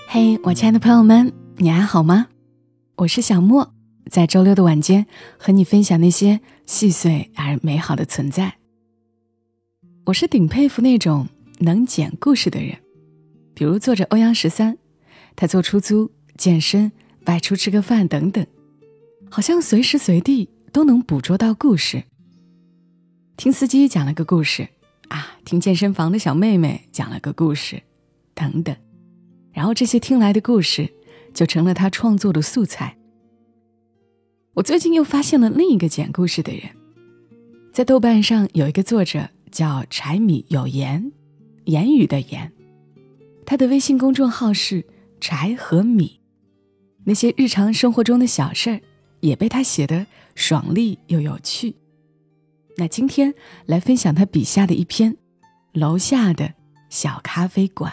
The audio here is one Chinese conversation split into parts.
嘿，我亲爱的朋友们，你还好吗？我是小莫，在周六的晚间和你分享那些细碎而美好的存在。我是顶佩服那种能讲故事的人，比如作者欧阳13，他坐出租、健身、外出吃个饭等等，好像随时随地都能捕捉到故事。听司机讲了个故事听健身房的小妹妹讲了个故事等等，然后这些听来的故事就成了他创作的素材。我最近又发现了另一个讲故事的人，在豆瓣上有一个作者叫柴米有盐，言语的言，他的微信公众号是柴和米，那些日常生活中的小事儿也被他写得爽利又有趣。那今天来分享他笔下的一篇楼下的小咖啡馆。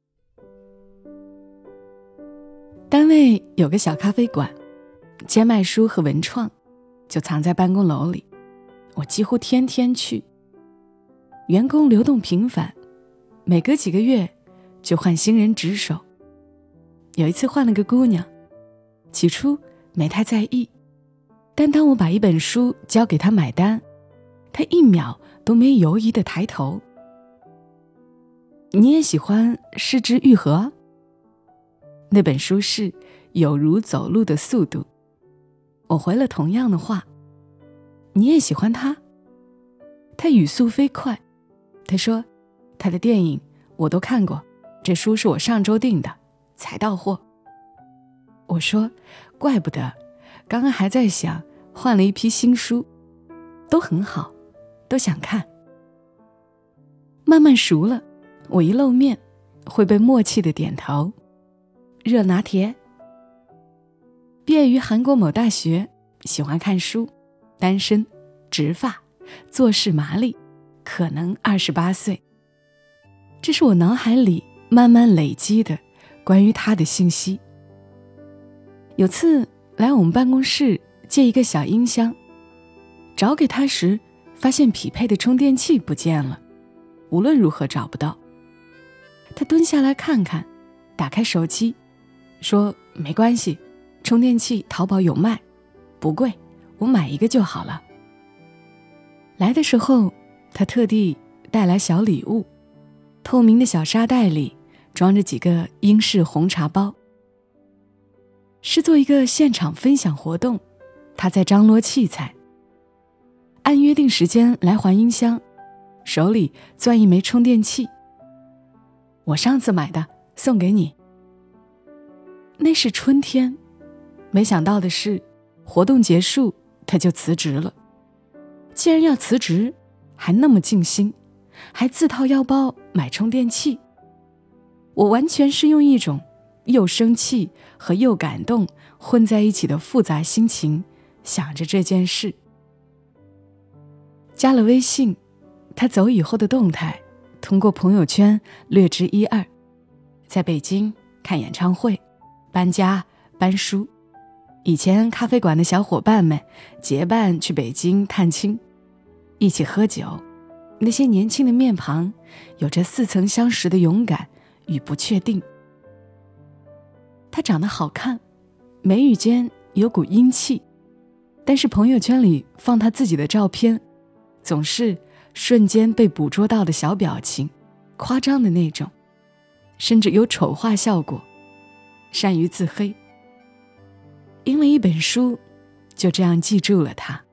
单位有个小咖啡馆，兼卖书和文创，就藏在办公楼里，我几乎天天去。员工流动频繁，每隔几个月就换新人值守。有一次换了个姑娘，起初没太在意，但当我把一本书交给她买单，她一秒都没犹疑地抬头。你也喜欢失之愈合？那本书是有如走路的速度。我回了同样的话。你也喜欢他？他语速飞快。他说他的电影我都看过，这书是我上周订的，才到货。我说怪不得，刚刚还在想换了一批新书，都很好，都想看。慢慢熟了，我一露面会被默契的点头。热拿铁。毕业于韩国某大学，喜欢看书，单身，直发，做事麻利，可能28岁。这是我脑海里慢慢累积的关于他的信息。有次来我们办公室借一个小音箱，找给他时发现匹配的充电器不见了，无论如何找不到。他蹲下来看看，打开手机说没关系，充电器淘宝有卖，不贵，我买一个就好了。来的时候他特地带来小礼物，透明的小沙袋里装着几个英式红茶包，是做一个现场分享活动，他在张罗器材。按约定时间来还音箱，手里攥一枚充电器。我上次买的，送给你。那是春天，没想到的是活动结束他就辞职了。既然要辞职，还那么尽心，还自掏腰包买充电器。我完全是用一种又生气和又感动混在一起的复杂心情想着这件事。加了微信，他走以后的动态通过朋友圈略知一二。在北京看演唱会，搬家搬书，以前咖啡馆的小伙伴们结伴去北京探亲，一起喝酒。那些年轻的面庞有着似曾相识的勇敢与不确定。他长得好看，眉宇间有股英气，但是朋友圈里放他自己的照片，总是瞬间被捕捉到的小表情，夸张的那种，甚至有丑化效果，善于自黑。因为一本书，就这样记住了他。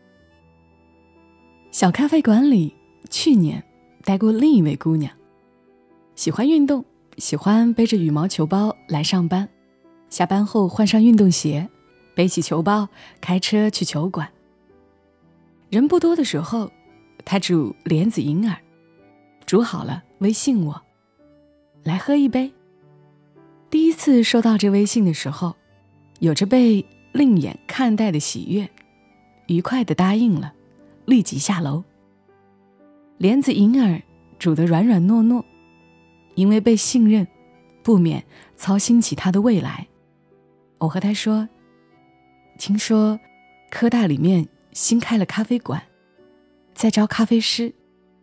小咖啡馆里，去年待过另一位姑娘，喜欢运动，喜欢背着羽毛球包来上班，下班后换上运动鞋，背起球包开车去球馆。人不多的时候，她煮莲子银耳，煮好了微信我，来喝一杯。第一次收到这微信的时候，有着被另眼看待的喜悦，愉快地答应了，立即下楼。莲子银耳煮得软软糯糯，因为被信任，不免操心起他的未来。我和他说，听说科大里面新开了咖啡馆，在招咖啡师，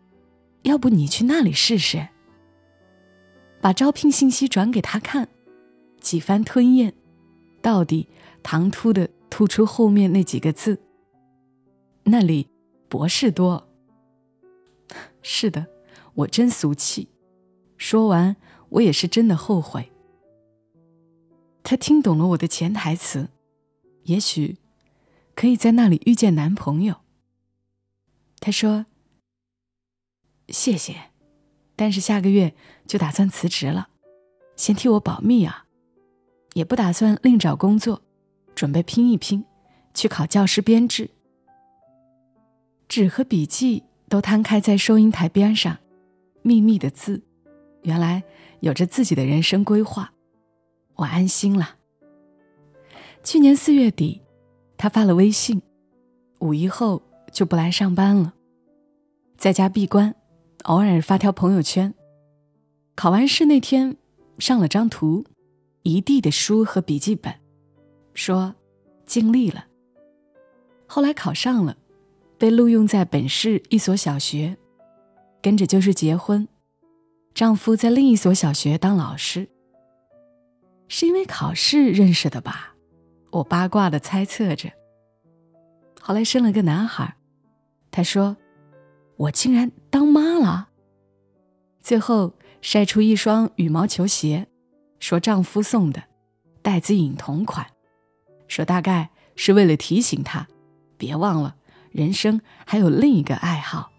要不你去那里试试？把招聘信息转给他看， 几番吞咽，到底唐突地吐出后面那几个字：那里博士多。是的，我真俗气。说完，我也是真的后悔。他听懂了我的潜台词，也许可以在那里遇见男朋友。他说：谢谢，但是下个月就打算辞职了，先替我保密啊，也不打算另找工作，准备拼一拼，去考教师编制。纸和笔记都摊开在收银台边上，密密的字，原来有着自己的人生规划，我安心了。去年4月底，他发了微信，5一后就不来上班了，在家闭关，偶尔发条朋友圈。考完试那天上了张图，一地的书和笔记本，说尽力了。后来考上了，被录用在本市一所小学，跟着就是结婚，丈夫在另一所小学当老师。是因为考试认识的吧，我八卦地猜测着。后来生了个男孩，她说我竟然当妈了。最后晒出一双羽毛球鞋，说丈夫送的，戴子颖同款，说大概是为了提醒她别忘了人生还有另一个爱好。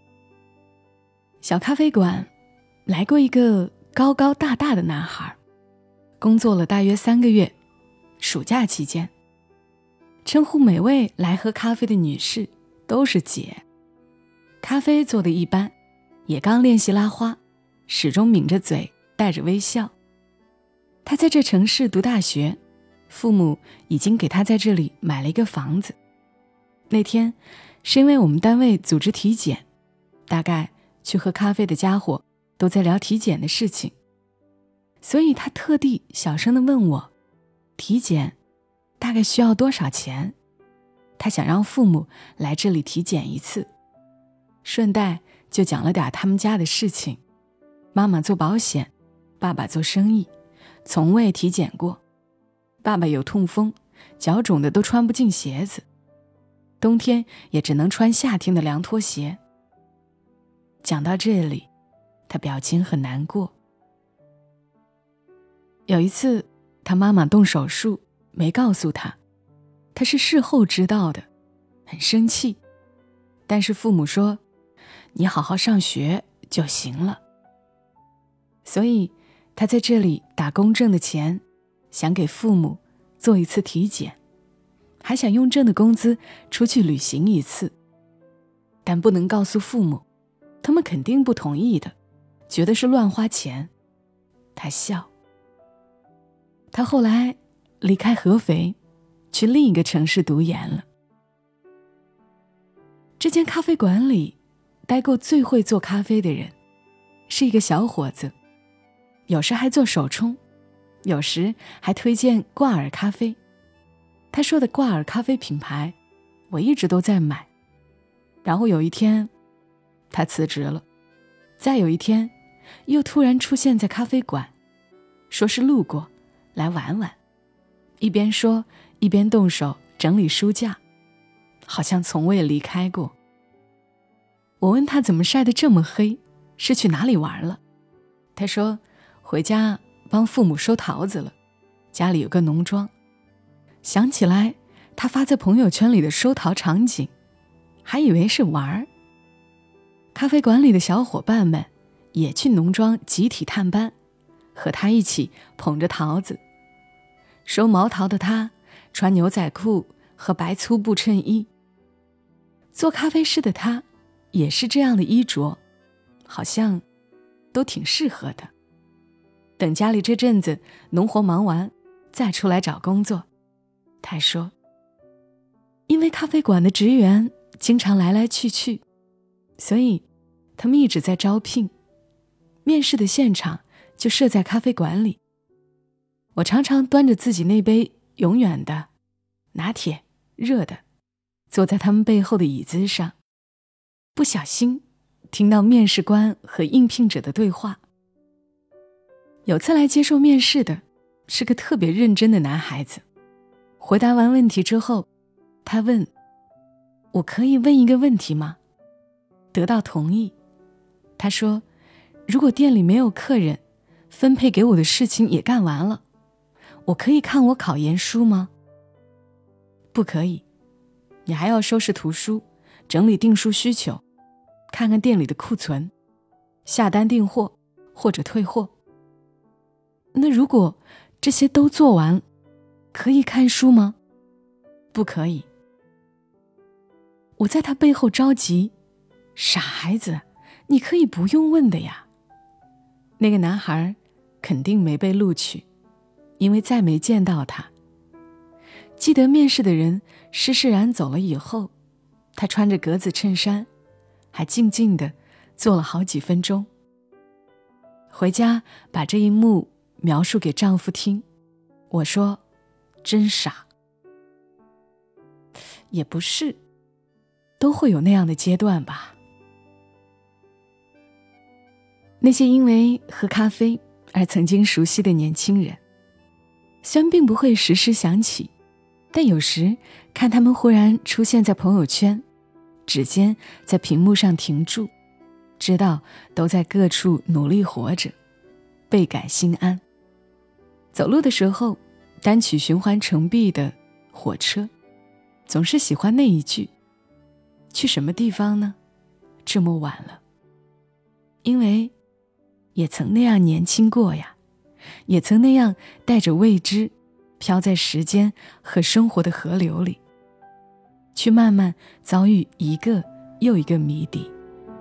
小咖啡馆来过一个高高大大的男孩，工作了大约3个月，暑假期间，称呼每位来喝咖啡的女士都是姐。咖啡做得一般，也刚练习拉花，始终抿着嘴带着微笑。他在这城市读大学，父母已经给他在这里买了一个房子。那天是因为我们单位组织体检，大概去喝咖啡的家伙都在聊体检的事情，所以他特地小声地问我，体检大概需要多少钱？他想让父母来这里体检一次，顺带就讲了点他们家的事情。妈妈做保险，爸爸做生意，从未体检过。爸爸有痛风，脚肿的都穿不进鞋子，冬天也只能穿夏天的凉拖鞋。讲到这里，他表情很难过。有一次他妈妈动手术没告诉他，他是事后知道的，很生气。但是父母说你好好上学就行了。所以他在这里打工挣的钱，想给父母做一次体检，还想用挣的工资出去旅行一次，但不能告诉父母，他们肯定不同意的，觉得是乱花钱。他笑。他后来离开合肥，去另一个城市读研了。这间咖啡馆里待过最会做咖啡的人是一个小伙子，有时还做手冲，有时还推荐挂耳咖啡。他说的挂耳咖啡品牌我一直都在买。然后有一天他辞职了，再有一天又突然出现在咖啡馆，说是路过来玩玩，一边说一边动手整理书架，好像从未离开过。我问他怎么晒得这么黑，是去哪里玩了？他说回家帮父母收桃子了，家里有个农庄。想起来他发在朋友圈里的收桃场景，还以为是玩。咖啡馆里的小伙伴们也去农庄集体探班，和他一起捧着桃子。收毛桃的他穿牛仔裤和白粗布衬衣，做咖啡师的他也是这样的衣着，好像都挺适合的。等家里这阵子农活忙完，再出来找工作。他说因为咖啡馆的职员经常来来去去，所以他们一直在招聘，面试的现场就设在咖啡馆里。我常常端着自己那杯永远的拿铁热的，坐在他们背后的椅子上，不小心听到面试官和应聘者的对话。有次来接受面试的是个特别认真的男孩子。回答完问题之后，他问：我可以问一个问题吗？得到同意。他说：如果店里没有客人，分配给我的事情也干完了，我可以看我考研书吗？不可以，你还要收拾图书，整理订书需求，看看店里的库存，下单订货或者退货。那如果这些都做完，可以看书吗？不可以。我在他背后着急，傻孩子，你可以不用问的呀。那个男孩肯定没被录取，因为再没见到他。记得面试的人施施然走了以后，他穿着格子衬衫，还静静地坐了好几分钟。回家把这一幕描述给丈夫听，我说：真傻。也不是，都会有那样的阶段吧。那些因为喝咖啡而曾经熟悉的年轻人，虽然并不会时时想起，但有时看他们忽然出现在朋友圈，指尖在屏幕上停住，知道都在各处努力活着，倍感心安。走路的时候，单曲循环成壁的火车，总是喜欢那一句：去什么地方呢？这么晚了。因为也曾那样年轻过呀，也曾那样带着未知飘在时间和生活的河流里，去慢慢遭遇一个又一个谜底。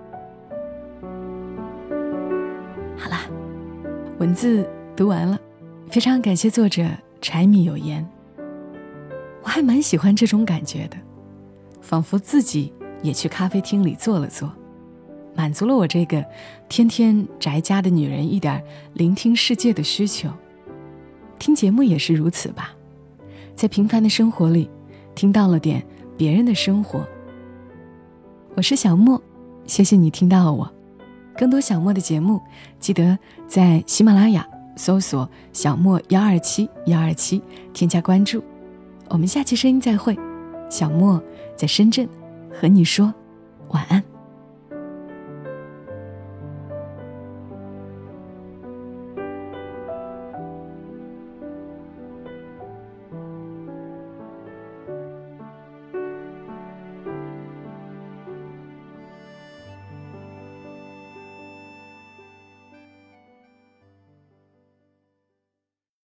好啦，文字读完了，非常感谢作者柴米油盐。我还蛮喜欢这种感觉的，仿佛自己也去咖啡厅里坐了坐，满足了我这个天天宅家的女人一点聆听世界的需求。听节目也是如此吧，在平凡的生活里听到了点别人的生活。我是小莫，谢谢你听到我。更多小莫的节目，记得在喜马拉雅搜索小莫127，添加关注。我们下期声音再会，小莫在深圳和你说晚安。